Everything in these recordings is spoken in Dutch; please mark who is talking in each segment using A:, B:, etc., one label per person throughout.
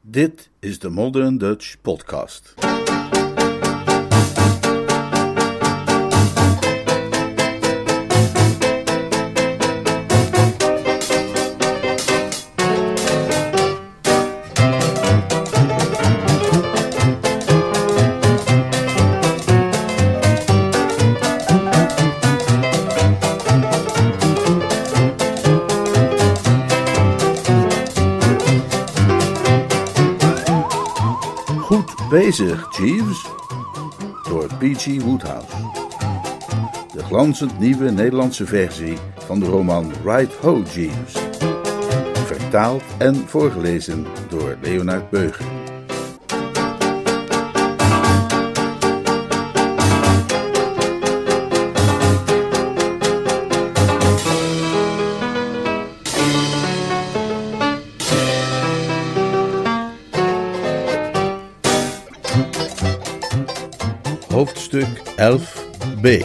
A: Dit is de Modern Dutch Podcast. Goed bezig, Jeeves, door P.G. Wodehouse. De glanzend nieuwe Nederlandse versie van de roman Right Ho, Jeeves. Vertaald en voorgelezen door Leonard Beuger. Hoofdstuk 11b.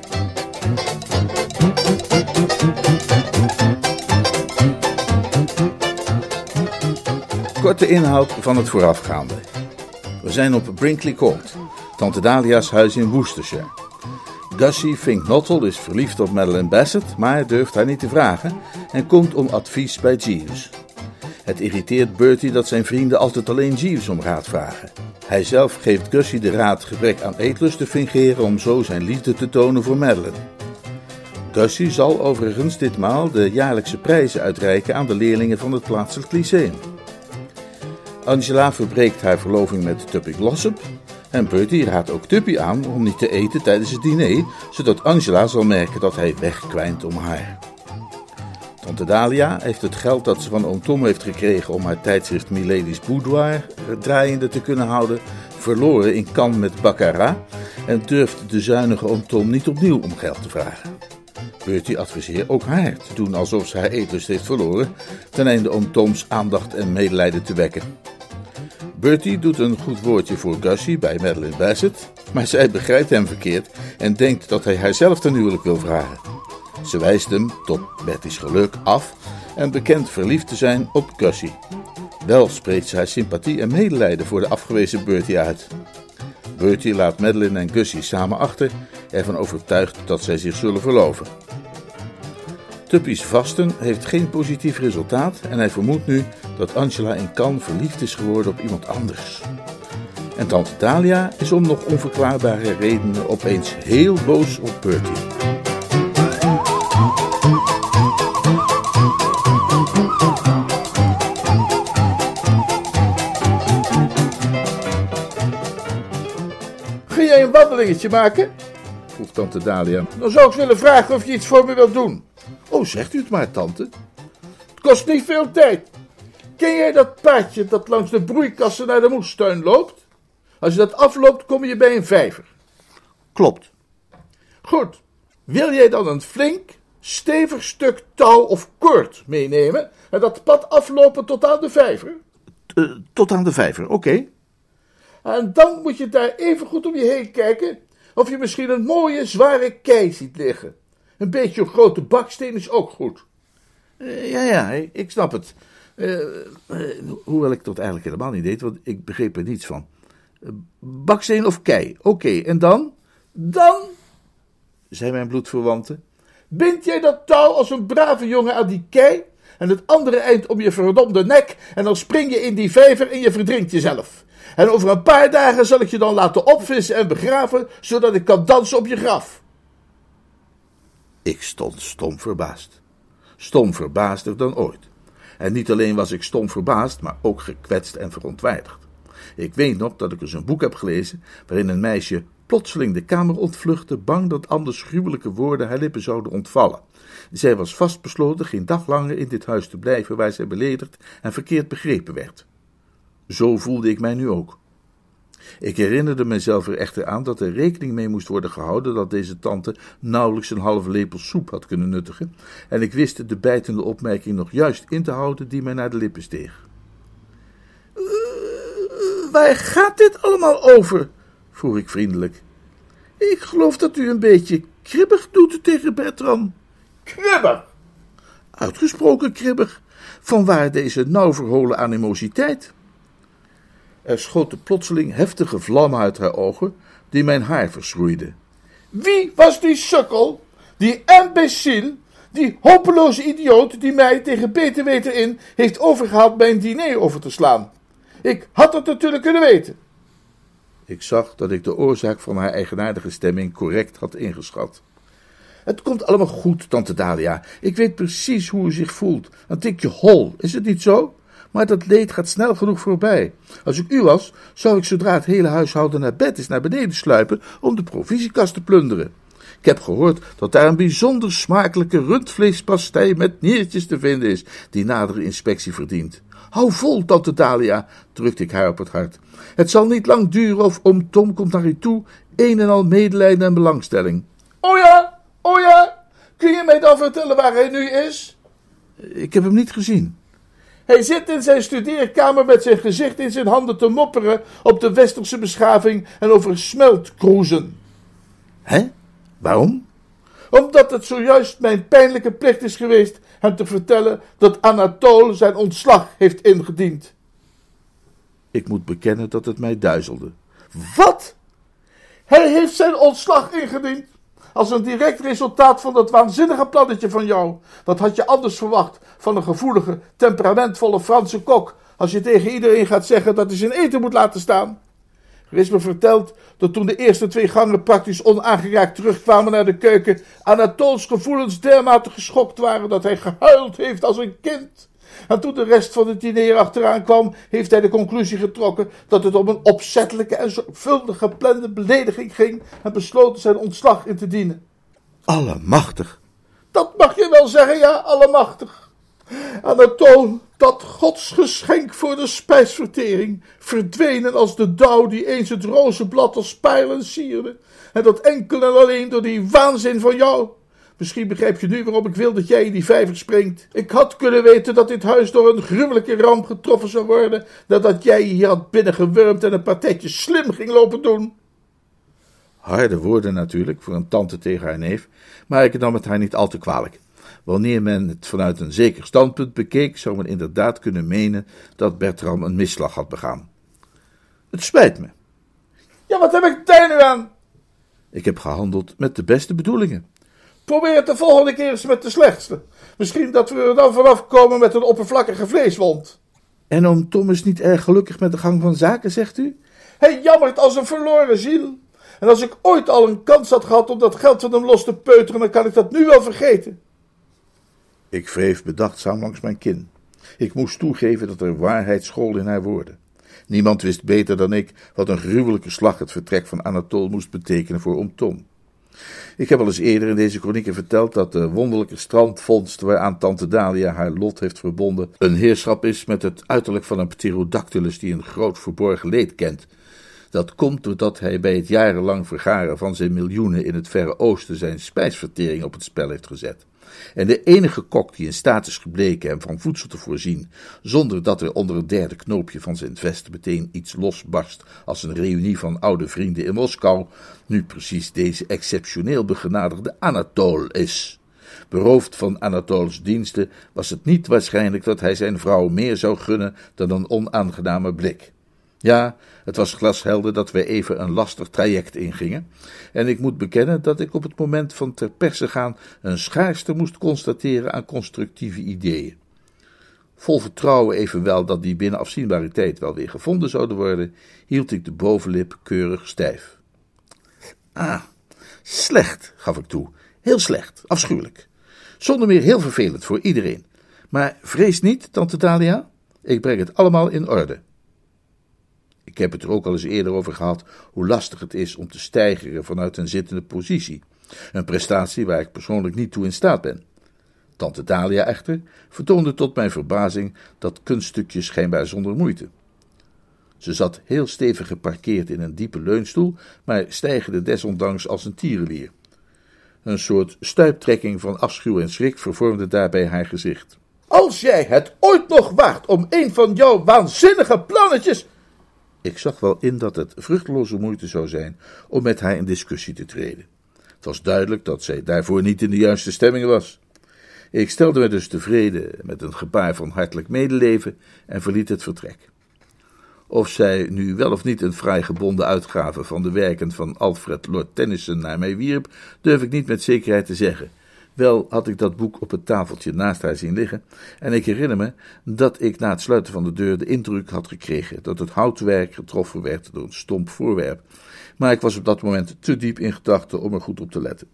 A: Korte inhoud van het voorafgaande. We zijn op Brinkley Court, Tante Dahlia's huis in Worcestershire. Gussie Fink-Nottle is verliefd op Madeline Bassett, maar durft haar niet te vragen en komt om advies bij Jeeves. Het irriteert Bertie dat zijn vrienden altijd alleen Jeeves om raad vragen. Hij zelf geeft Gussie de raad gebrek aan eetlust te fingeren om zo zijn liefde te tonen voor Madeline. Gussie zal overigens ditmaal de jaarlijkse prijzen uitreiken aan de leerlingen van het plaatselijk lyceum. Angela verbreekt haar verloving met Tuppy Glossop en Bertie raadt ook Tuppy aan om niet te eten tijdens het diner, zodat Angela zal merken dat hij wegkwijnt om haar. Tante Dahlia heeft het geld dat ze van oom Tom heeft gekregen om haar tijdschrift Milady's Boudoir draaiende te kunnen houden, verloren in Cannes met baccarat en durft de zuinige oom Tom niet opnieuw om geld te vragen. Bertie adviseert ook haar te doen alsof ze haar eetlust heeft verloren, ten einde oom Toms aandacht en medelijden te wekken. Bertie doet een goed woordje voor Gussie bij Madeline Bassett, maar zij begrijpt hem verkeerd en denkt dat hij haarzelf ten huwelijk wil vragen. Ze wijst hem, tot Bertie's geluk, af en bekent verliefd te zijn op Gussie. Wel spreekt ze haar sympathie en medelijden voor de afgewezen Bertie uit. Bertie laat Madeline en Gussie samen achter, ervan overtuigd dat zij zich zullen verloven. Tuppy's vasten heeft geen positief resultaat en hij vermoedt nu dat Angela in Cannes verliefd is geworden op iemand anders. En Tante Dahlia is om nog onverklaarbare redenen opeens heel boos op Bertie.
B: Ga jij een wandelingetje maken?
A: Vroeg Tante Dahlia.
B: Dan zou ik willen vragen of je iets voor me wilt doen.
A: Oh, zegt u het maar, tante.
B: Het kost niet veel tijd. Ken jij dat paadje dat langs de broeikassen naar de moestuin loopt? Als je dat afloopt, kom je bij een vijver.
A: Klopt.
B: Goed. Wil jij dan een flink, stevig stuk touw of koord meenemen en dat pad aflopen tot aan de vijver?
A: Tot aan de vijver, oké.
B: En dan moet je daar even goed om je heen kijken of je misschien een mooie, zware kei ziet liggen. Een beetje een grote baksteen is ook goed.
A: Ja, ik snap het. Hoewel ik dat eigenlijk helemaal niet deed, want ik begreep er niets van. Baksteen of kei, oké, en dan?
B: Dan,
A: Zei mijn bloedverwante.
B: bind jij dat touw als een brave jongen aan die kei en het andere eind om je verdomde nek en dan spring je in die vijver en je verdrinkt jezelf. En over een paar dagen zal ik je dan laten opvissen en begraven, zodat ik kan dansen op je graf.
A: Ik stond stom verbaasd. Stom verbaasder dan ooit. En niet alleen was ik stom verbaasd, maar ook gekwetst en verontwaardigd. Ik weet nog dat ik eens een boek heb gelezen waarin een meisje plotseling de kamer ontvluchtte, bang dat anders gruwelijke woorden haar lippen zouden ontvallen. Zij was vastbesloten geen dag langer in dit huis te blijven waar zij beledigd en verkeerd begrepen werd. Zo voelde ik mij nu ook. Ik herinnerde mezelf er echter aan dat er rekening mee moest worden gehouden dat deze tante nauwelijks een halve lepel soep had kunnen nuttigen, en ik wist de bijtende opmerking nog juist in te houden die mij naar de lippen steeg.
B: Waar gaat dit allemaal over? Vroeg ik vriendelijk. Ik geloof dat u een beetje kribbig doet tegen Bertram. Kribbig?
A: Uitgesproken kribbig. Vanwaar deze nauw verholen animositeit? Er schoten plotseling heftige vlammen uit haar ogen, die mijn haar verschroeiden.
B: Wie was die sukkel, die imbeciel, die hopeloze idioot die mij tegen beter weten in heeft overgehaald mijn diner over te slaan? Ik had het natuurlijk kunnen weten.
A: Ik zag dat ik de oorzaak van haar eigenaardige stemming correct had ingeschat. Het komt allemaal goed, tante Dalia. Ik weet precies hoe u zich voelt. Een tikje hol, is het niet zo? Maar dat leed gaat snel genoeg voorbij. Als ik u was, zou ik zodra het hele huishouden naar bed is naar beneden sluipen om de provisiekast te plunderen. Ik heb gehoord dat daar een bijzonder smakelijke rundvleespastei met niertjes te vinden is, die nadere inspectie verdient. Hou vol, tante Dalia, drukte ik haar op het hart. Het zal niet lang duren of oom Tom komt naar u toe, een en al medelijden en belangstelling.
B: O ja, kun je mij dan vertellen waar hij nu is?
A: Ik heb hem niet gezien.
B: Hij zit in zijn studeerkamer met zijn gezicht in zijn handen te mopperen op de westerse beschaving en over smeltkroezen.
A: Hè? Waarom?
B: Omdat het zojuist mijn pijnlijke plicht is geweest hem te vertellen dat Anatole zijn ontslag heeft ingediend.
A: Ik moet bekennen dat het mij duizelde.
B: Wat? Hij heeft zijn ontslag ingediend? Als een direct resultaat van dat waanzinnige plannetje van jou. Dat had je anders verwacht van een gevoelige, temperamentvolle Franse kok, als je tegen iedereen gaat zeggen dat hij zijn eten moet laten staan. Er is me verteld dat toen de eerste 2 gangen praktisch onaangeraakt terugkwamen naar de keuken, Anatoles gevoelens dermate geschokt waren dat hij gehuild heeft als een kind. En toen de rest van het diner achteraan kwam, heeft hij de conclusie getrokken dat het om een opzettelijke en zorgvuldig geplande belediging ging en besloten zijn ontslag in te dienen.
A: Allemachtig.
B: Dat mag je wel zeggen, ja, allemachtig. Anatole, dat godsgeschenk voor de spijsvertering, verdwenen als de dauw die eens het rozenblad als pijlen sierde. En dat enkel en alleen door die waanzin van jou. Misschien begrijp je nu waarom ik wil dat jij in die vijver springt. Ik had kunnen weten dat dit huis door een gruwelijke ramp getroffen zou worden, nadat jij je hier had binnengewurmd en een partijtje slim ging lopen doen.
A: Harde woorden natuurlijk, voor een tante tegen haar neef, maar ik nam het haar niet al te kwalijk. Wanneer men het vanuit een zeker standpunt bekeek, zou men inderdaad kunnen menen dat Bertram een misslag had begaan. Het spijt me.
B: Ja, wat heb ik daar nu aan?
A: Ik heb gehandeld met de beste bedoelingen.
B: Probeer het de volgende keer eens met de slechtste. Misschien dat we er dan vanaf komen met een oppervlakkige vleeswond.
A: En oom Tom is niet erg gelukkig met de gang van zaken, zegt u?
B: Hij jammert als een verloren ziel. En als ik ooit al een kans had gehad om dat geld van hem los te peuteren, dan kan ik dat nu wel vergeten.
A: Ik wreef bedachtzaam langs mijn kin. Ik moest toegeven dat er waarheid school in haar woorden. Niemand wist beter dan ik wat een gruwelijke slag het vertrek van Anatole moest betekenen voor oom Tom. Ik heb al eens eerder in deze kronieken verteld dat de wonderlijke strandvondst waaraan tante Dalia haar lot heeft verbonden een heerschap is met het uiterlijk van een pterodactylus die een groot verborgen leed kent. Dat komt doordat hij bij het jarenlang vergaren van zijn miljoenen in het Verre Oosten zijn spijsvertering op het spel heeft gezet. En de enige kok die in staat is gebleken hem van voedsel te voorzien, zonder dat er onder het derde knoopje van zijn vest meteen iets losbarst als een reunie van oude vrienden in Moskou, nu precies deze exceptioneel begenadigde Anatole is. Beroofd van Anatoles diensten was het niet waarschijnlijk dat hij zijn vrouw meer zou gunnen dan een onaangename blik. Ja, het was glashelder dat wij even een lastig traject ingingen, en ik moet bekennen dat ik op het moment van ter perse gaan een schaarste moest constateren aan constructieve ideeën. Vol vertrouwen evenwel dat die binnen afzienbare tijd wel weer gevonden zouden worden, hield ik de bovenlip keurig stijf. Slecht, gaf ik toe, heel slecht, afschuwelijk. Zonder meer heel vervelend voor iedereen. Maar vrees niet, tante Dalia, ik breng het allemaal in orde. Ik heb het er ook al eens eerder over gehad hoe lastig het is om te steigeren vanuit een zittende positie. Een prestatie waar ik persoonlijk niet toe in staat ben. Tante Dalia echter vertoonde tot mijn verbazing dat kunststukje schijnbaar zonder moeite. Ze zat heel stevig geparkeerd in een diepe leunstoel, maar steigerde desondanks als een tierenlier. Een soort stuiptrekking van afschuw en schrik vervormde daarbij haar gezicht.
B: Als jij het ooit nog waagt om een van jouw waanzinnige plannetjes...
A: Ik zag wel in dat het vruchteloze moeite zou zijn om met haar in discussie te treden. Het was duidelijk dat zij daarvoor niet in de juiste stemming was. Ik stelde me dus tevreden met een gebaar van hartelijk medeleven en verliet het vertrek. Of zij nu wel of niet een fraai gebonden uitgave van de werken van Alfred Lord Tennyson naar mij wierp, durf ik niet met zekerheid te zeggen. Wel had ik dat boek op het tafeltje naast haar zien liggen, en ik herinner me dat ik na het sluiten van de deur de indruk had gekregen dat het houtwerk getroffen werd door een stomp voorwerp, maar ik was op dat moment te diep in gedachten om er goed op te letten.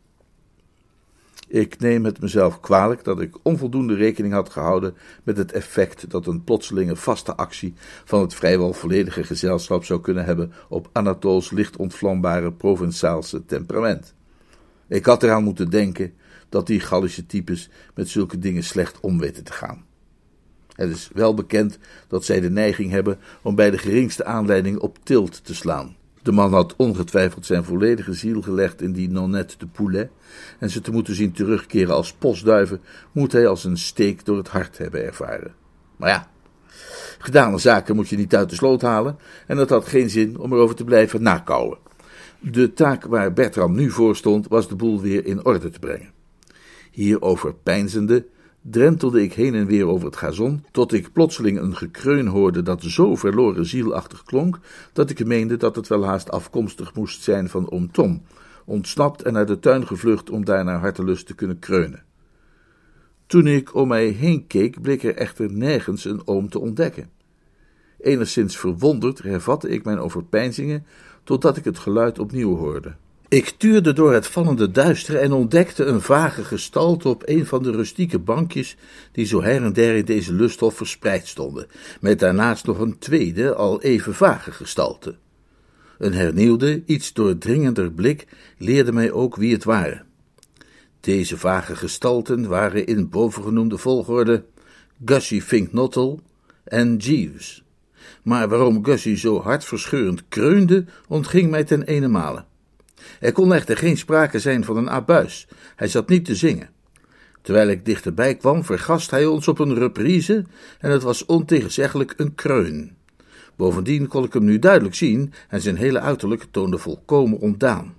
A: Ik neem het mezelf kwalijk dat ik onvoldoende rekening had gehouden met het effect dat een plotselinge vaste actie van het vrijwel volledige gezelschap zou kunnen hebben op Anatols licht ontvlambare Provençaalse temperament. Ik had eraan moeten denken dat die Gallische types met zulke dingen slecht om weten te gaan. Het is wel bekend dat zij de neiging hebben om bij de geringste aanleiding op tilt te slaan. De man had ongetwijfeld zijn volledige ziel gelegd in die Nonnette de Poulet, en ze te moeten zien terugkeren als postduiven, moet hij als een steek door het hart hebben ervaren. Maar ja, gedane zaken moet je niet uit de sloot halen, en het had geen zin om erover te blijven nakauwen. De taak waar Bertram nu voor stond, was de boel weer in orde te brengen. Hierover peinzende drentelde ik heen en weer over het gazon, tot ik plotseling een gekreun hoorde dat zo verloren zielachtig klonk, dat ik meende dat het wel haast afkomstig moest zijn van oom Tom, ontsnapt en naar de tuin gevlucht om daar naar hartelust te kunnen kreunen. Toen ik om mij heen keek, bleek er echter nergens een oom te ontdekken. Enigszins verwonderd hervatte ik mijn overpeinzingen, totdat ik het geluid opnieuw hoorde. Ik tuurde door het vallende duister en ontdekte een vage gestalte op een van de rustieke bankjes die zo her en der in deze lusthof verspreid stonden, met daarnaast nog een tweede, al even vage gestalte. Een hernieuwde, iets doordringender blik leerde mij ook wie het waren. Deze vage gestalten waren in bovengenoemde volgorde Gussie Fink Nuttall en Jeeves. Maar waarom Gussie zo hartverscheurend kreunde, ontging mij ten enemale. Er kon echter geen sprake zijn van een abuis. Hij zat niet te zingen. Terwijl ik dichterbij kwam, vergast hij ons op een reprise en het was ontegenzeggelijk een kreun. Bovendien kon ik hem nu duidelijk zien en zijn hele uiterlijk toonde volkomen ontdaan.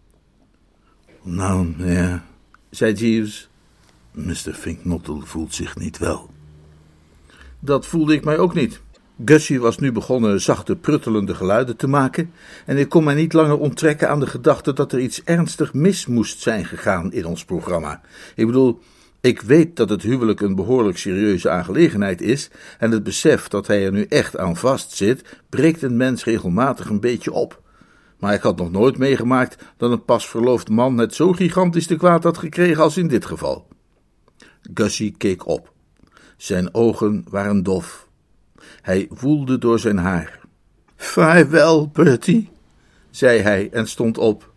A: Nou, ja, zei Jeeves, Mr. Fink Nuttall voelt zich niet wel. Dat voelde ik mij ook niet. Gussie was nu begonnen zachte pruttelende geluiden te maken en ik kon mij niet langer onttrekken aan de gedachte dat er iets ernstig mis moest zijn gegaan in ons programma. Ik bedoel, ik weet dat het huwelijk een behoorlijk serieuze aangelegenheid is en het besef dat hij er nu echt aan vastzit, breekt een mens regelmatig een beetje op. Maar ik had nog nooit meegemaakt dat een pas verloofd man het zo gigantisch te kwaad had gekregen als in dit geval. Gussie keek op. Zijn ogen waren dof. Hij woelde door zijn haar. Vaarwel, Bertie, zei hij en stond op.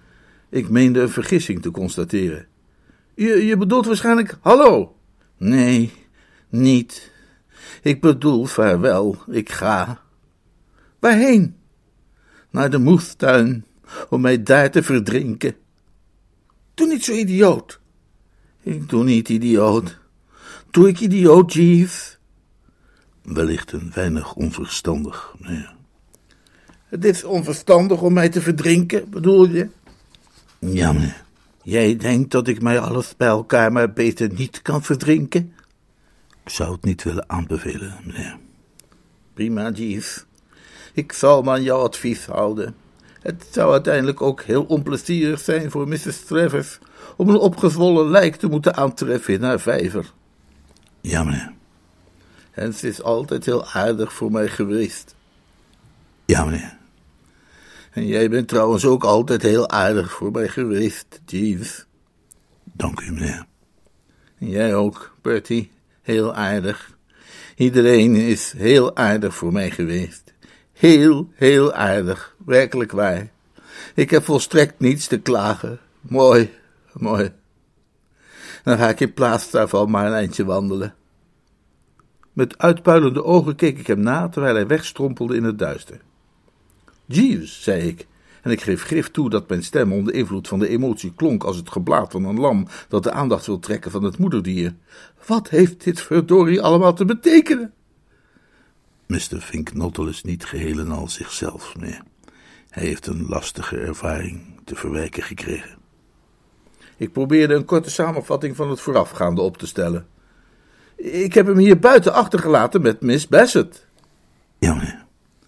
A: Ik meende een vergissing te constateren. Je bedoelt waarschijnlijk hallo? Nee, niet. Ik bedoel vaarwel, ik ga. Waarheen? Naar de moestuin, om mij daar te verdrinken. Doe niet zo idioot. Ik doe niet idioot. Doe ik idioot, Jeeves? Wellicht een weinig onverstandig, ja. Het is onverstandig om mij te verdrinken, bedoel je? Ja, meneer. Jij denkt dat ik mij alles bij elkaar maar beter niet kan verdrinken? Ik zou het niet willen aanbevelen, meneer. Prima, Jeeves. Ik zal me aan jouw advies houden. Het zou uiteindelijk ook heel onplezierig zijn voor Mrs. Travers om een opgezwollen lijk te moeten aantreffen in haar vijver. Ja, meneer. En ze is altijd heel aardig voor mij geweest. Ja, meneer. En jij bent trouwens ook altijd heel aardig voor mij geweest, Jeeves. Dank u, meneer. En jij ook, Bertie. Heel aardig. Iedereen is heel aardig voor mij geweest. Heel, heel aardig. Werkelijk waar. Ik heb volstrekt niets te klagen. Mooi, mooi. Dan ga ik in plaats daarvan maar een eindje wandelen. Met uitpuilende ogen keek ik hem na, terwijl hij wegstrompelde in het duister. Jeeves, zei ik, en ik geef grif toe dat mijn stem onder invloed van de emotie klonk als het geblaat van een lam dat de aandacht wil trekken van het moederdier. Wat heeft dit verdorie allemaal te betekenen? Mr. Fink Nuttall is niet geheel en al zichzelf, nee. Hij heeft een lastige ervaring te verwerken gekregen. Ik probeerde een korte samenvatting van het voorafgaande op te stellen. Ik heb hem hier buiten achtergelaten met Miss Bassett. Ja, meneer.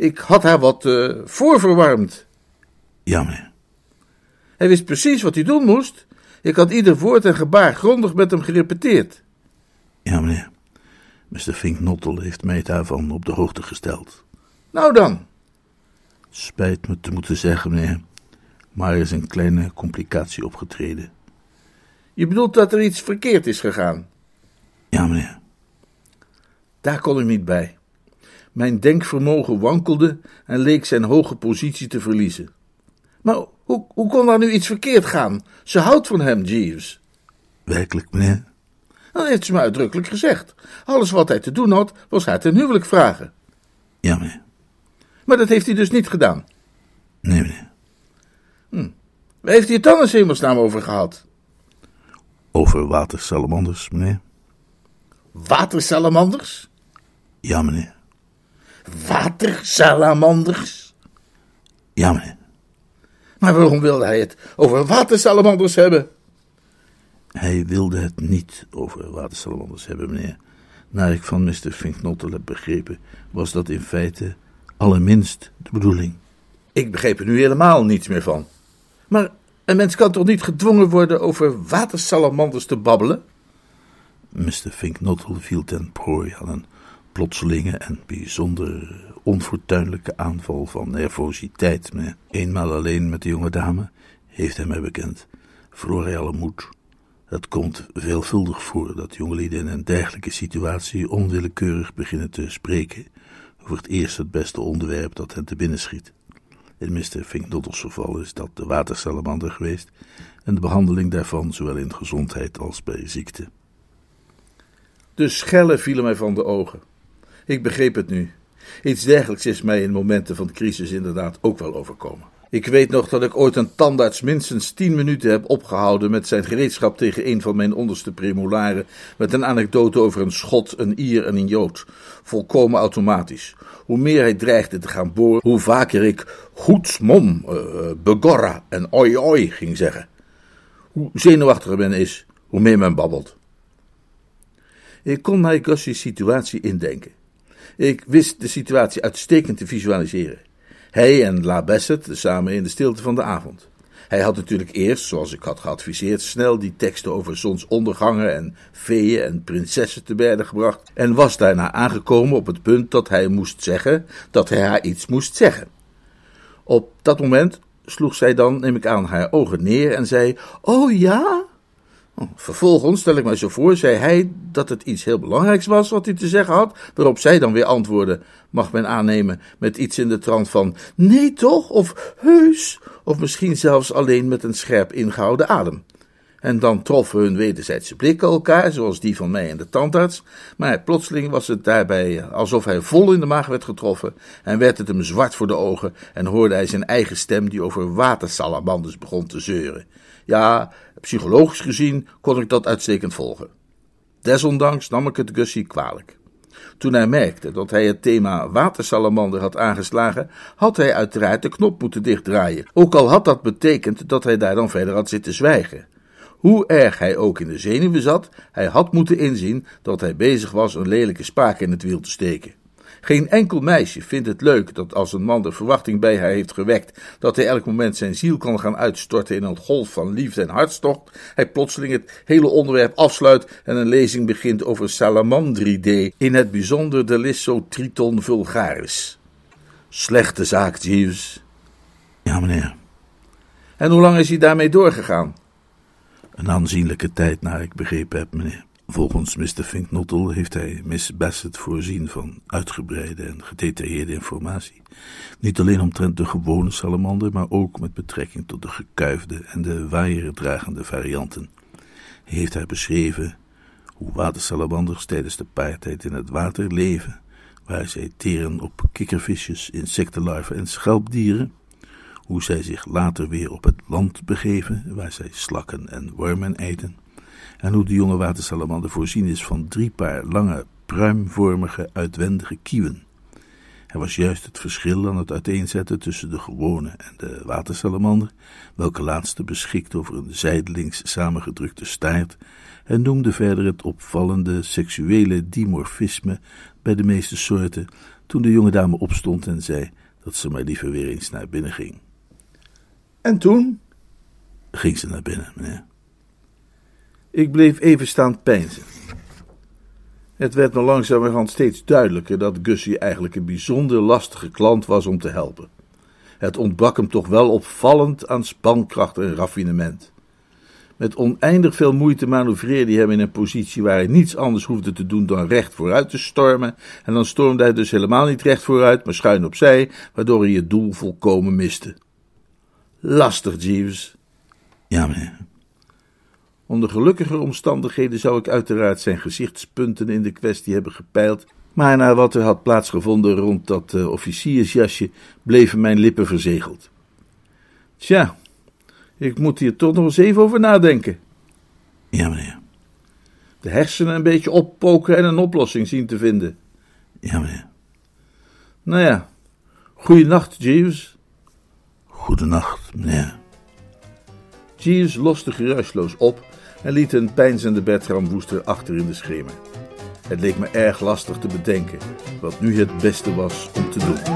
B: Ik had haar wat voorverwarmd.
A: Ja, meneer.
B: Hij wist precies wat hij doen moest. Ik had ieder woord en gebaar grondig met hem gerepeteerd.
A: Ja, meneer. Mr. Fink-Nottel heeft mij daarvan op de hoogte gesteld.
B: Nou dan.
A: Spijt me te moeten zeggen, meneer, maar er is een kleine complicatie opgetreden.
B: Je bedoelt dat er iets verkeerd is gegaan?
A: Ja, meneer.
B: Daar kon ik niet bij. Mijn denkvermogen wankelde en leek zijn hoge positie te verliezen. Maar hoe kon daar nu iets verkeerd gaan? Ze houdt van hem, Jeeves.
A: Werkelijk, meneer?
B: Dat heeft ze me uitdrukkelijk gezegd. Alles wat hij te doen had, was haar ten huwelijk vragen.
A: Ja, meneer.
B: Maar dat heeft hij dus niet gedaan?
A: Nee, meneer.
B: Waar heeft hij het dan eens hemelsnaam over gehad?
A: Over watersalamanders, meneer.
B: Watersalamanders?
A: Ja, meneer.
B: Watersalamanders?
A: Ja, meneer.
B: Maar waarom wilde hij het over watersalamanders hebben?
A: Hij wilde het niet over watersalamanders hebben, meneer. Naar ik van Mr. Fink-Nottel heb begrepen, was dat in feite allerminst de bedoeling.
B: Ik begreep er nu helemaal niets meer van. Maar een mens kan toch niet gedwongen worden over watersalamanders te babbelen?
A: Mr. Fink-Nottel viel ten prooi aan een plotselinge en bijzonder onfortuinlijke aanval van nervositeit, meneer. Eenmaal alleen met de jonge dame, heeft hij mij bekend, verloor hij alle moed. Het komt veelvuldig voor dat jongelieden in een dergelijke situatie onwillekeurig beginnen te spreken over het eerst het beste onderwerp dat hen te binnen schiet. In Mr. Fink-Nottels geval is dat de watersalamander geweest en de behandeling daarvan zowel in gezondheid als bij ziekte.
B: De schellen vielen mij van de ogen. Ik begreep het nu. Iets dergelijks is mij in momenten van crisis inderdaad ook wel overkomen. Ik weet nog dat ik ooit een tandarts minstens 10 minuten heb opgehouden met zijn gereedschap tegen een van mijn onderste premolaren, met een anekdote over een Schot, een Ier en een Jood. Volkomen automatisch. Hoe meer hij dreigde te gaan boren, hoe vaker ik goeds mom, begorra en oi oi ging zeggen. Hoe zenuwachtiger men is, hoe meer men babbelt. Ik kon mij Gussie's situatie indenken. Ik wist de situatie uitstekend te visualiseren. Hij en La Bassett samen in de stilte van de avond. Hij had natuurlijk eerst, zoals ik had geadviseerd, snel die teksten over zonsondergangen en feeën en prinsessen te berde gebracht en was daarna aangekomen op het punt dat hij moest zeggen dat hij haar iets moest zeggen. Op dat moment sloeg zij dan, neem ik aan, haar ogen neer en zei, oh ja? Vervolgens, stel ik mij zo voor, zei hij dat het iets heel belangrijks was wat hij te zeggen had, waarop zij dan weer antwoordde, mag men aannemen, met iets in de trant van, nee toch, of heus, of misschien zelfs alleen met een scherp ingehouden adem. En dan troffen hun wederzijdse blikken elkaar, zoals die van mij en de tandarts, maar plotseling was het daarbij alsof hij vol in de maag werd getroffen en werd het hem zwart voor de ogen en hoorde hij zijn eigen stem die over watersalamanders begon te zeuren. Ja, psychologisch gezien kon ik dat uitstekend volgen. Desondanks nam ik het Gussie kwalijk. Toen hij merkte dat hij het thema watersalamander had aangeslagen, had hij uiteraard de knop moeten dichtdraaien, ook al had dat betekend dat hij daar dan verder had zitten zwijgen. Hoe erg hij ook in de zenuwen zat, hij had moeten inzien dat hij bezig was een lelijke spaak in het wiel te steken. Geen enkel meisje vindt het leuk dat als een man de verwachting bij haar heeft gewekt dat hij elk moment zijn ziel kan gaan uitstorten in een golf van liefde en hartstocht, hij plotseling het hele onderwerp afsluit en een lezing begint over salamandridae, in het bijzonder de Lissotriton vulgaris. Slechte zaak, Jeeves.
A: Ja, meneer.
B: En hoe lang is hij daarmee doorgegaan?
A: Een aanzienlijke tijd naar ik begrepen heb, meneer. Volgens Mr. Fink-Nottel heeft hij Miss Bassett voorzien van uitgebreide en gedetailleerde informatie. Niet alleen omtrent de gewone salamander, maar ook met betrekking tot de gekuifde en de waaierdragende varianten. Hij heeft haar beschreven hoe watersalamanders tijdens de paartijd in het water leven, waar zij teren op kikkervisjes, insectenlarven en schelpdieren, hoe zij zich later weer op het land begeven, waar zij slakken en wormen eten, en hoe de jonge watersalamander voorzien is van 3 paar lange, pruimvormige, uitwendige kieuwen. Er was juist het verschil aan het uiteenzetten tussen de gewone en de watersalamander, welke laatste beschikt over een zijdelings samengedrukte staart, en noemde verder het opvallende seksuele dimorfisme bij de meeste soorten toen de jonge dame opstond en zei dat ze maar liever weer eens naar binnen ging.
B: En toen?
A: Ging ze naar binnen, meneer. Ik bleef even staan peinzen. Het werd me langzamerhand steeds duidelijker dat Gussie eigenlijk een bijzonder lastige klant was om te helpen. Het ontbrak hem toch wel opvallend aan spankracht en raffinement. Met oneindig veel moeite manoeuvreerde hij hem in een positie waar hij niets anders hoefde te doen dan recht vooruit te stormen, en dan stormde hij dus helemaal niet recht vooruit, maar schuin opzij, waardoor hij het doel volkomen miste. Lastig, Jeeves. Ja, meneer. Onder gelukkiger omstandigheden zou ik uiteraard zijn gezichtspunten in de kwestie hebben gepeild, maar na wat er had plaatsgevonden rond dat officiersjasje bleven mijn lippen verzegeld. Tja, ik moet hier toch nog eens even over nadenken. Ja, meneer. De hersenen een beetje oppoken en een oplossing zien te vinden. Ja, meneer. Nou ja, goeienacht, Jeeves. Goedenacht, meneer. Jeeves loste geruisloos op en liet een peinzende Bertram Wooster achter in de schemer. Het leek me erg lastig te bedenken wat nu het beste was om te doen.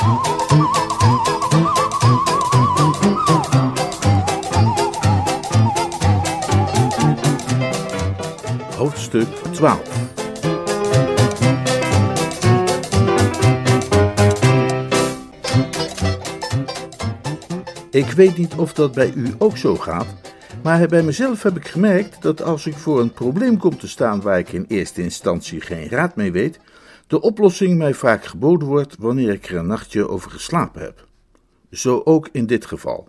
A: Hoofdstuk 12. Ik weet niet of dat bij u ook zo gaat, maar bij mezelf heb ik gemerkt dat als ik voor een probleem kom te staan waar ik in eerste instantie geen raad mee weet, de oplossing mij vaak geboden wordt wanneer ik er een nachtje over geslapen heb. Zo ook in dit geval.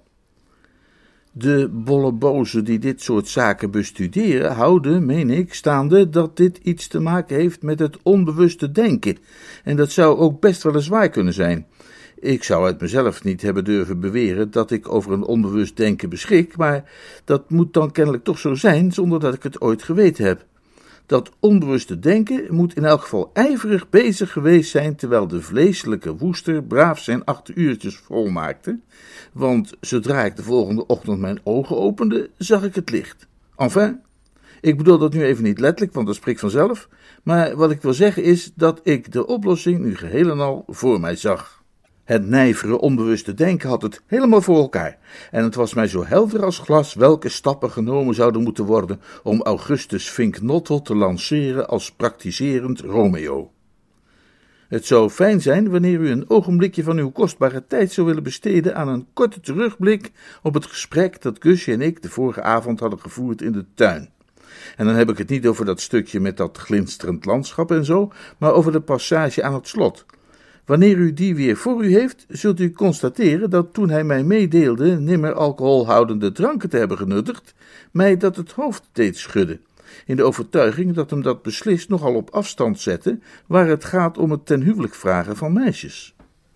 A: De bollebozen die dit soort zaken bestuderen houden, meen ik, staande dat dit iets te maken heeft met het onbewuste denken, en dat zou ook best wel eens waar kunnen zijn. Ik zou uit mezelf niet hebben durven beweren dat ik over een onbewust denken beschik, maar dat moet dan kennelijk toch zo zijn, zonder dat ik het ooit geweten heb. Dat onbewuste denken moet in elk geval ijverig bezig geweest zijn, terwijl de vleeselijke Wooster braaf zijn 8 uurtjes volmaakte, want zodra ik de volgende ochtend mijn ogen opende, zag ik het licht. Enfin, ik bedoel dat nu even niet letterlijk, want dat spreekt vanzelf, maar wat ik wil zeggen is dat ik de oplossing nu geheel en al voor mij zag. Het nijvere onbewuste denken had het helemaal voor elkaar, en het was mij zo helder als glas welke stappen genomen zouden moeten worden om Augustus Fink-Nottel te lanceren als praktiserend Romeo. Het zou fijn zijn wanneer u een ogenblikje van uw kostbare tijd zou willen besteden aan een korte terugblik op het gesprek dat Gussie en ik de vorige avond hadden gevoerd in de tuin. En dan heb ik het niet over dat stukje met dat glinsterend landschap en zo, maar over de passage aan het slot. Wanneer u die weer voor u heeft, zult u constateren dat toen hij mij meedeelde nimmer alcoholhoudende dranken te hebben genuttigd, mij dat het hoofd deed schudden, in de overtuiging dat hem dat beslist nogal op afstand zette, waar het gaat om het ten huwelijk vragen van meisjes.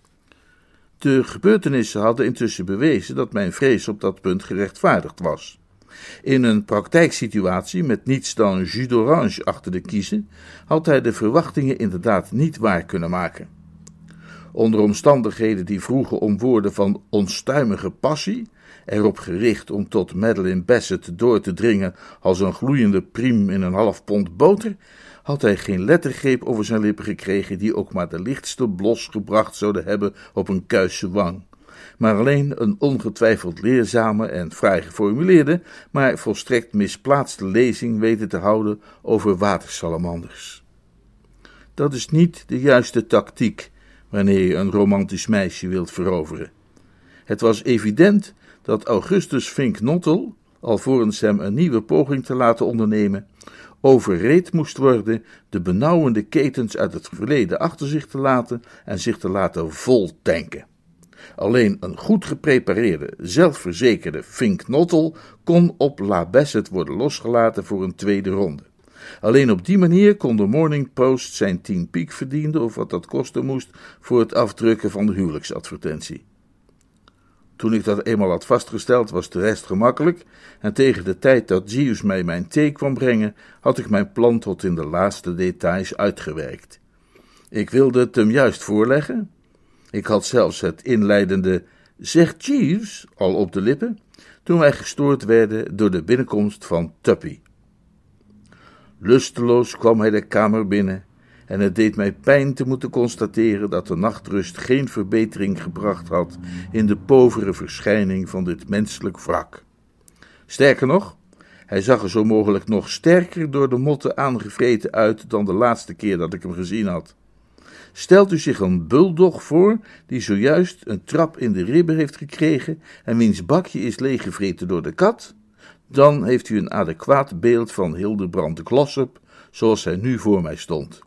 A: De gebeurtenissen hadden intussen bewezen dat mijn vrees op dat punt gerechtvaardigd was. In een praktijksituatie met niets dan jus d'orange achter de kiezen, had hij de verwachtingen inderdaad niet waar kunnen maken. Onder omstandigheden die vroegen om woorden van onstuimige passie, erop gericht om tot Madeline Bassett door te dringen als een gloeiende priem in een half pond boter, had hij geen lettergreep over zijn lippen gekregen die ook maar de lichtste blos gebracht zouden hebben op een kuisse wang, maar alleen een ongetwijfeld leerzame en fraai geformuleerde, maar volstrekt misplaatste lezing weten te houden over watersalamanders. Dat is niet de juiste tactiek wanneer je een romantisch meisje wilt veroveren. Het was evident dat Augustus Fink-Nottel, alvorens hem een nieuwe poging te laten ondernemen, overreed moest worden de benauwende ketens uit het verleden achter zich te laten en zich te laten voltanken. Alleen een goed geprepareerde, zelfverzekerde Fink-Nottel kon op La Bassett worden losgelaten voor een tweede ronde. Alleen op die manier kon de Morning Post zijn 10 piek verdienen, of wat dat kosten moest, voor het afdrukken van de huwelijksadvertentie. Toen ik dat eenmaal had vastgesteld, was de rest gemakkelijk, en tegen de tijd dat Jeeves mij mijn thee kwam brengen, had ik mijn plan tot in de laatste details uitgewerkt. Ik wilde het hem juist voorleggen. Ik had zelfs het inleidende "Zegt Jeeves" al op de lippen, toen wij gestoord werden door de binnenkomst van Tuppy. Lusteloos kwam hij de kamer binnen en het deed mij pijn te moeten constateren dat de nachtrust geen verbetering gebracht had in de povere verschijning van dit menselijk wrak. Sterker nog, hij zag er zo mogelijk nog sterker door de motten aangevreten uit dan de laatste keer dat ik hem gezien had. Stelt u zich een buldog voor die zojuist een trap in de ribben heeft gekregen en wiens bakje is leeggevreten door de kat, dan heeft u een adequaat beeld van Hildebrand de Glossop, zoals hij nu voor mij stond.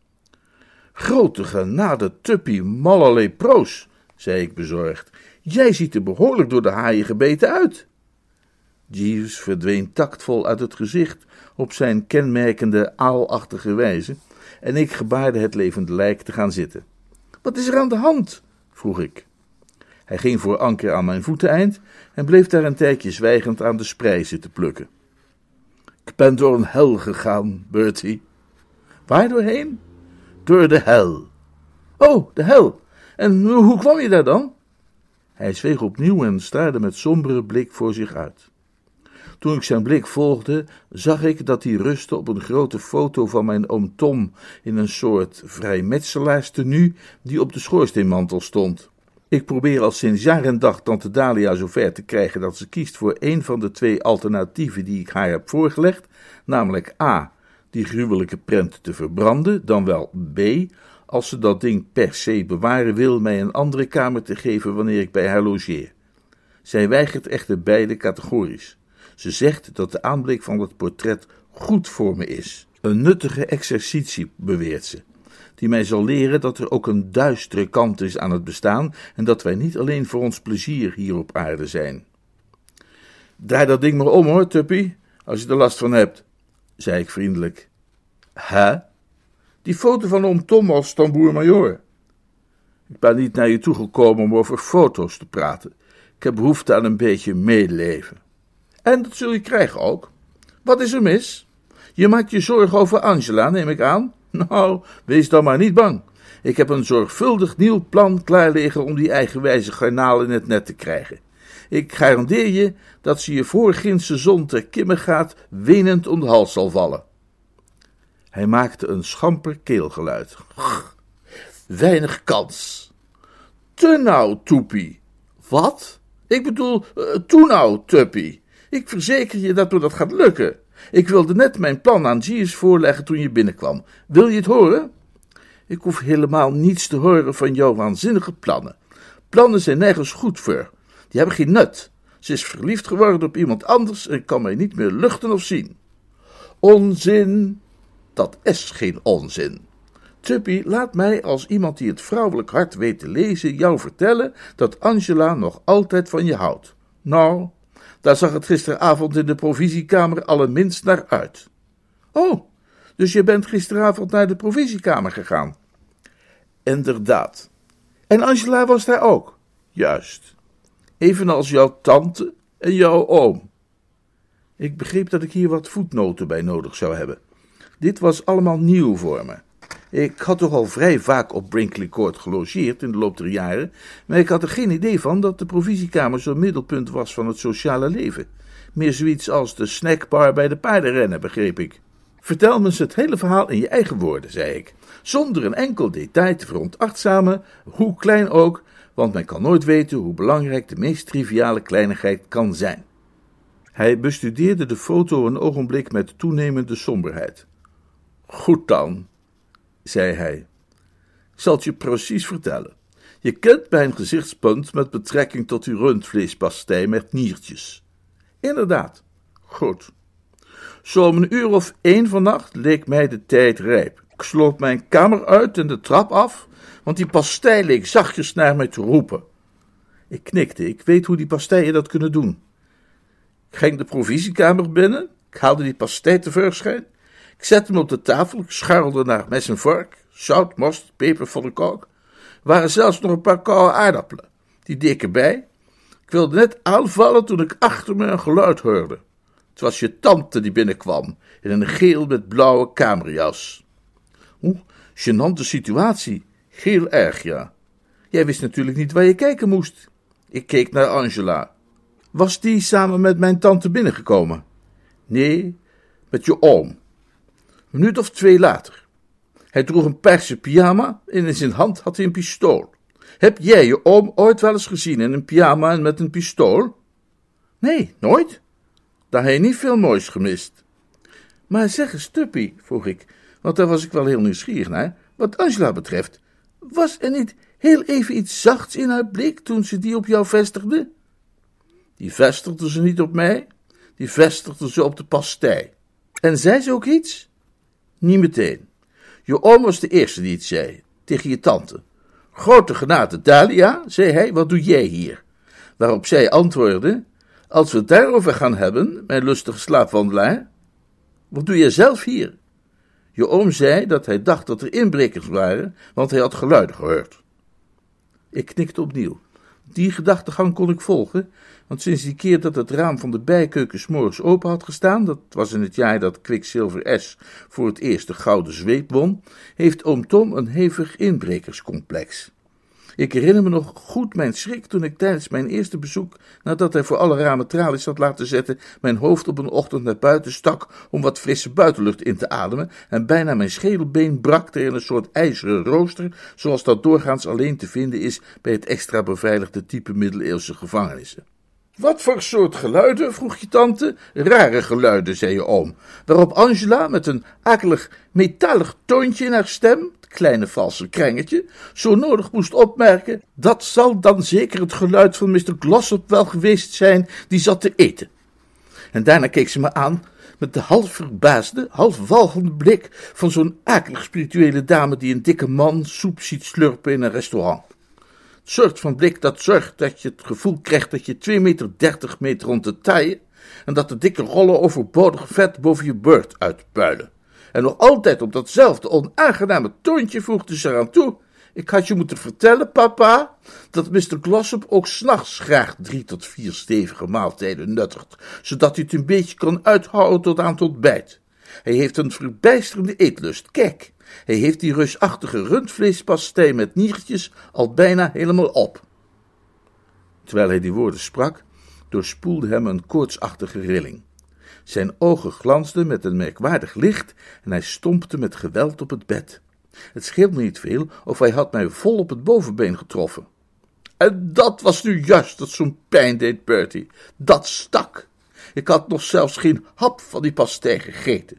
A: Grote genade, Tuppy, mallerlei proos, zei ik bezorgd. Jij ziet er behoorlijk door de haaien gebeten uit. Jeeves verdween tactvol uit het gezicht op zijn kenmerkende aalachtige wijze en ik gebaarde het levende lijk te gaan zitten. Wat is er aan de hand? Vroeg ik. Hij ging voor anker aan mijn voeteneind en bleef daar een tijdje zwijgend aan de sprei zitten plukken. Ik ben door een hel gegaan, Bertie. Waar doorheen? Door de hel. Oh, de hel. En hoe kwam je daar dan? Hij zweeg opnieuw en staarde met sombere blik voor zich uit. Toen ik zijn blik volgde, zag ik dat hij rustte op een grote foto van mijn oom Tom in een soort vrijmetselaarstenue die op de schoorsteenmantel stond. Ik probeer al sinds jaar en dag tante Dalia zover te krijgen dat ze kiest voor een van de twee alternatieven die ik haar heb voorgelegd, namelijk A, die gruwelijke prent te verbranden, dan wel B, als ze dat ding per se bewaren wil, mij een andere kamer te geven wanneer ik bij haar logeer. Zij weigert echter beide categorisch. Ze zegt dat de aanblik van het portret goed voor me is. Een nuttige exercitie, beweert ze, die mij zal leren dat er ook een duistere kant is aan het bestaan en dat wij niet alleen voor ons plezier hier op aarde zijn. Draai dat ding maar om hoor, Tuppy, als je er last van hebt, zei ik vriendelijk. Hè? Die foto van oom Tom als tamboer-majoor. Ik ben niet naar je toegekomen om over foto's te praten. Ik heb behoefte aan een beetje medeleven. En dat zul je krijgen ook. Wat is er mis? Je maakt je zorgen over Angela, neem ik aan? Nou, wees dan maar niet bang. Ik heb een zorgvuldig nieuw plan klaar liggen om die eigenwijze garnaal in het net te krijgen. Ik garandeer je dat ze je voor ginse zon ter kimme gaat, wenend om de hals zal vallen. Hij maakte een schamper keelgeluid. Weinig kans. Te nou, Toepie. Wat? Ik bedoel, toe nou, Tuppy. Ik verzeker je dat me dat gaat lukken. Ik wilde net mijn plan aan Jeeves voorleggen toen je binnenkwam. Wil je het horen? Ik hoef helemaal niets te horen van jouw waanzinnige plannen. Plannen zijn nergens goed voor. Die hebben geen nut. Ze is verliefd geworden op iemand anders en kan mij niet meer luchten of zien. Onzin. Dat is geen onzin. Tuppy, laat mij als iemand die het vrouwelijk hart weet te lezen jou vertellen dat Angela nog altijd van je houdt. Nou, daar zag het gisteravond in de provisiekamer allerminst naar uit. Oh, dus je bent gisteravond naar de provisiekamer gegaan? Inderdaad. En Angela was daar ook? Juist. Evenals jouw tante en jouw oom. Ik begreep dat ik hier wat voetnoten bij nodig zou hebben. Dit was allemaal nieuw voor me. Ik had toch al vrij vaak op Brinkley Court gelogeerd in de loop der jaren, maar ik had er geen idee van dat de provisiekamer zo'n middelpunt was van het sociale leven. Meer zoiets als de snackbar bij de paardenrennen, begreep ik. Vertel me eens het hele verhaal in je eigen woorden, zei ik, zonder een enkel detail te verontachtzamen, hoe klein ook, want men kan nooit weten hoe belangrijk de meest triviale kleinigheid kan zijn. Hij bestudeerde de foto een ogenblik met toenemende somberheid. Goed dan, zei hij. Ik zal het je precies vertellen. Je kent mijn gezichtspunt met betrekking tot uw rundvleespastei met niertjes. Inderdaad. Goed. Zo om 1:01 vannacht leek mij de tijd rijp. Ik sloop mijn kamer uit en de trap af, want die pastei leek zachtjes naar mij te roepen. Ik knikte, ik weet hoe die pasteien dat kunnen doen. Ik ging de provisiekamer binnen, ik haalde die pastei tevoorschijn, ik zette hem op de tafel, ik scharrelde naar mes en vork, zout, mosterd, peper van de kook. Er waren zelfs nog een paar koude aardappelen, die deed ik erbij. Ik wilde net aanvallen toen ik achter me een geluid hoorde. Het was je tante die binnenkwam, in een geel met blauwe kamerjas. Gênante situatie, heel erg, ja. Jij wist natuurlijk niet waar je kijken moest. Ik keek naar Angela. Was die samen met mijn tante binnengekomen? Nee, met je oom. Een minuut of 2 later.
B: Hij droeg een paarse pyjama en in zijn hand had hij een pistool. Heb jij je oom ooit wel eens gezien in een pyjama en met een pistool? Nee, nooit. Daar heb je niet veel moois gemist. Maar zeg eens, Tuppy, vroeg ik, want daar was ik wel heel nieuwsgierig naar, wat Angela betreft, was er niet heel even iets zachts in haar blik toen ze die op jou vestigde? Die vestigde ze niet op mij, die vestigde ze op de pastei. En zei ze ook iets? Niet meteen. Je oom was de eerste die het zei, tegen je tante. Grote genade Dahlia, zei hij, wat doe jij hier? Waarop zij antwoordde, als we het daarover gaan hebben, mijn lustige slaapwandelaar, wat doe jij zelf hier? Je oom zei dat hij dacht dat er inbrekers waren, want hij had geluiden gehoord. Ik knikte opnieuw. Die gedachtegang kon ik volgen, want sinds die keer dat het raam van de bijkeuken 's morgens open had gestaan, dat was in het jaar dat Quicksilver S voor het eerst de gouden zweep won, heeft oom Tom een hevig inbrekerscomplex. Ik herinner me nog goed mijn schrik toen ik tijdens mijn eerste bezoek, nadat hij voor alle ramen tralies had laten zetten, mijn hoofd op een ochtend naar buiten stak om wat frisse buitenlucht in te ademen en bijna mijn schedelbeen brak tegen een soort ijzeren rooster, zoals dat doorgaans alleen te vinden is bij het extra beveiligde type middeleeuwse gevangenissen. Wat voor soort geluiden, vroeg je tante. Rare geluiden, zei je oom, waarop Angela met een akelig metalig toontje in haar stem, het kleine valse krengetje, zo nodig moest opmerken, dat zal dan zeker het geluid van Mr. Glossop wel geweest zijn, die zat te eten. En daarna keek ze me aan met de half verbaasde, half walgende blik van zo'n akelig spirituele dame die een dikke man soep ziet slurpen in een restaurant. Het soort van blik dat zorgt dat je het gevoel krijgt dat je 2,30 meter rond de taille en dat de dikke rollen overbodig vet boven je beurt uitpuilen. En nog altijd op datzelfde onaangename toontje voegde ze eraan toe, ik had je moeten vertellen, papa, dat Mr. Glossop ook 's nachts graag 3 tot 4 stevige maaltijden nuttigt, zodat hij het een beetje kan uithouden tot aan het ontbijt. Hij heeft een verbijsterende eetlust, kijk. Hij heeft die reusachtige rundvleespastei met niertjes al bijna helemaal op. Terwijl hij die woorden sprak, doorspoelde hem een koortsachtige rilling. Zijn ogen glansden met een merkwaardig licht en hij stompte met geweld op het bed. Het scheelt me niet veel of hij had mij vol op het bovenbeen getroffen. En dat was nu juist dat zo'n pijn deed, Bertie. Dat stak. Ik had nog zelfs geen hap van die pastei gegeten.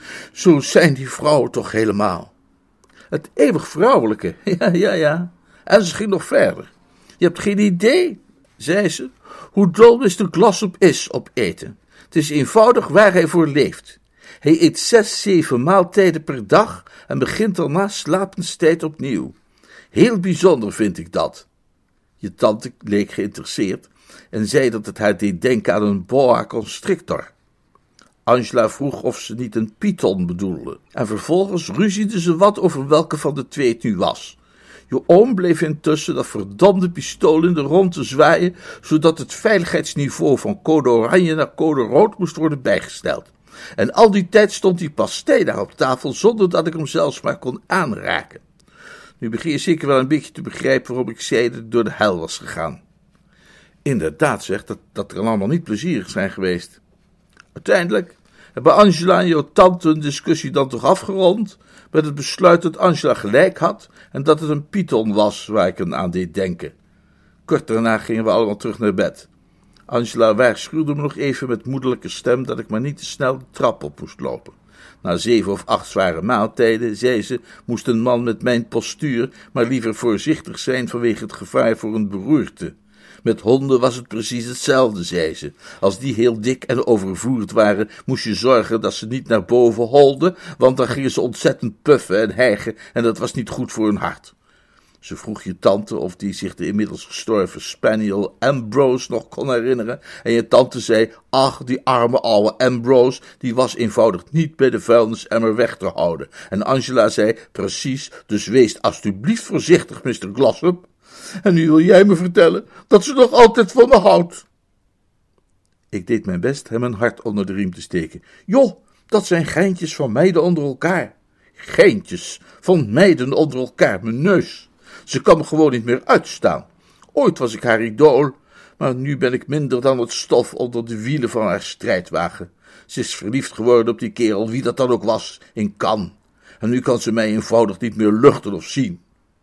B: Zo zijn die vrouwen toch helemaal. Het eeuwig vrouwelijke, ja. En ze ging nog verder. Je hebt geen idee, zei ze, hoe dol Mr. Glossop is op eten. Het is eenvoudig waar hij voor leeft. Hij eet 6, 7 maaltijden per dag en begint dan na slapenstijd opnieuw. Heel bijzonder vind ik dat. Je tante leek geïnteresseerd en zei dat het haar deed denken aan een boa constrictor. Angela vroeg of ze niet een python bedoelde, en vervolgens ruzieden ze wat over welke van de twee het nu was. Je oom bleef intussen dat verdomde pistool in de rondte zwaaien, zodat het veiligheidsniveau van code oranje naar code rood moest worden bijgesteld. En al die tijd stond die pastei daar op tafel, zonder dat ik hem zelfs maar kon aanraken. Nu begin je zeker wel een beetje te begrijpen waarom ik zei dat ik door de hel was gegaan. Inderdaad, zeg, dat er allemaal niet plezierig zijn geweest. Uiteindelijk hebben Angela en jouw tante een discussie dan toch afgerond, met het besluit dat Angela gelijk had en dat het een python was waar ik aan deed denken. Kort daarna gingen we allemaal terug naar bed. Angela waarschuwde me nog even met moederlijke stem dat ik maar niet te snel de trap op moest lopen. Na 7 of 8 zware maaltijden, zei ze, moest een man met mijn postuur maar liever voorzichtig zijn vanwege het gevaar voor een beroerte. Met honden was het precies hetzelfde, zei ze. Als die heel dik en overvoerd waren, moest je zorgen dat ze niet naar boven holden, want dan gingen ze ontzettend puffen en hijgen en dat was niet goed voor hun hart. Ze vroeg je tante of die zich de inmiddels gestorven spaniel Ambrose nog kon herinneren, en je tante zei, ach, die arme oude Ambrose, die was eenvoudig niet bij de vuilnisemmer weg te houden. En Angela zei, precies, dus wees alstublieft voorzichtig, Mr. Glossop. En nu wil jij me vertellen dat ze nog altijd van me houdt. Ik deed mijn best hem een hart onder de riem te steken. Joh, dat zijn geintjes van meiden onder elkaar. Geintjes van meiden onder elkaar, mijn neus. Ze kan me gewoon niet meer uitstaan. Ooit was ik haar idool, maar nu ben ik minder dan het stof onder de wielen van haar strijdwagen. Ze is verliefd geworden op die kerel, wie dat dan ook was, in Cannes. En nu kan ze mij eenvoudig niet meer luchten of zien.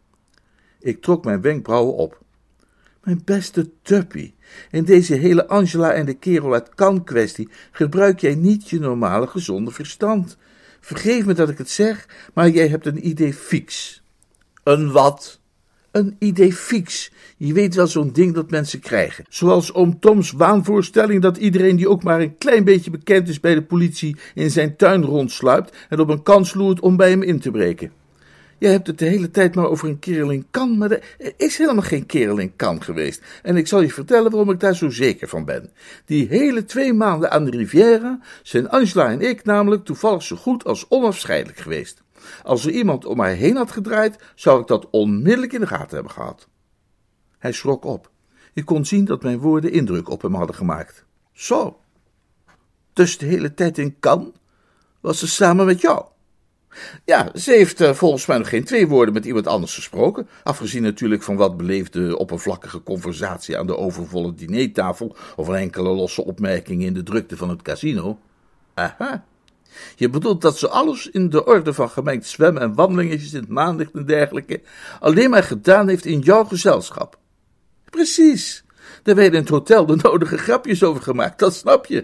B: Ik trok mijn wenkbrauwen op. Mijn beste Tuppy, in deze hele Angela en de kerel uit Cannes kwestie gebruik jij niet je normale gezonde verstand. Vergeef me dat ik het zeg, maar jij hebt een idee fix. Een wat? Een idee fix. Je weet wel zo'n ding dat mensen krijgen. Zoals oom Toms waanvoorstelling dat iedereen die ook maar een klein beetje bekend is bij de politie in zijn tuin rondsluipt en op een kans loert om bij hem in te breken. Jij hebt het de hele tijd maar over een kerel in Cannes, maar er is helemaal geen kerel in Cannes geweest. En ik zal je vertellen waarom ik daar zo zeker van ben. Die hele 2 maanden aan de Riviera zijn Angela en ik namelijk toevallig zo goed als onafscheidelijk geweest. Als er iemand om haar heen had gedraaid, zou ik dat onmiddellijk in de gaten hebben gehad. Hij schrok op. Ik kon zien dat mijn woorden indruk op hem hadden gemaakt. Zo, dus de hele tijd in Cannes was ze samen met jou? Ja, ze heeft volgens mij nog geen 2 woorden met iemand anders gesproken, afgezien natuurlijk van wat beleefde oppervlakkige conversatie aan de overvolle dinertafel of een enkele losse opmerking in de drukte van het casino. Aha, je bedoelt dat ze alles in de orde van gemengd zwemmen en wandelingetjes in het maanlicht en dergelijke alleen maar gedaan heeft in jouw gezelschap. Precies, daar werden in het hotel de nodige grapjes over gemaakt, dat snap je.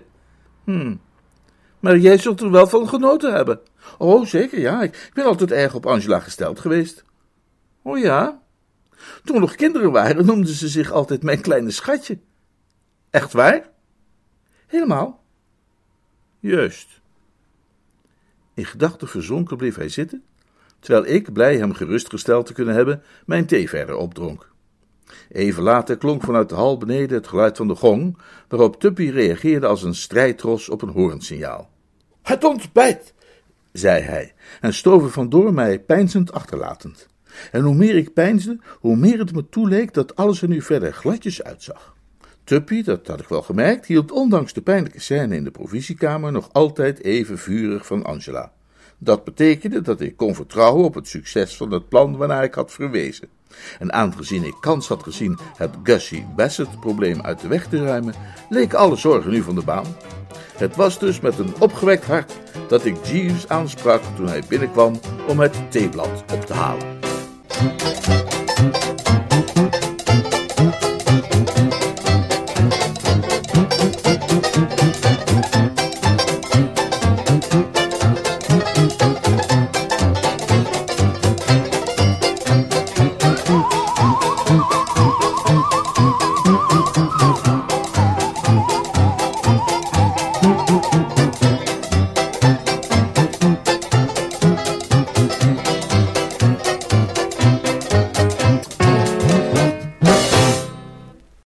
B: Maar jij zult er wel van genoten hebben. Oh, zeker, ja. Ik ben altijd erg op Angela gesteld geweest. Oh ja? Toen we nog kinderen waren, noemden ze zich altijd mijn kleine schatje. Echt waar? Helemaal. Juist. In gedachten verzonken bleef hij zitten, terwijl ik, blij hem gerustgesteld te kunnen hebben, mijn thee verder opdronk. Even later klonk vanuit de hal beneden het geluid van de gong, waarop Tuppy reageerde als een strijdros op een hoornsignaal. Het ontbijt, zei hij, en stoof er vandoor mij peinzend achterlatend. En hoe meer ik peinsde, hoe meer het me toeleek dat alles er nu verder gladjes uitzag. Tuppy, dat had ik wel gemerkt, hield ondanks de pijnlijke scène in de provisiekamer nog altijd even vurig van Angela. Dat betekende dat ik kon vertrouwen op het succes van het plan waarnaar ik had verwezen. En aangezien ik kans had gezien het Gussie-Bassett-probleem uit de weg te ruimen, leken alle zorgen nu van de baan. Het was dus met een opgewekt hart dat ik Jeeves aansprak toen hij binnenkwam om het theeblad op te halen.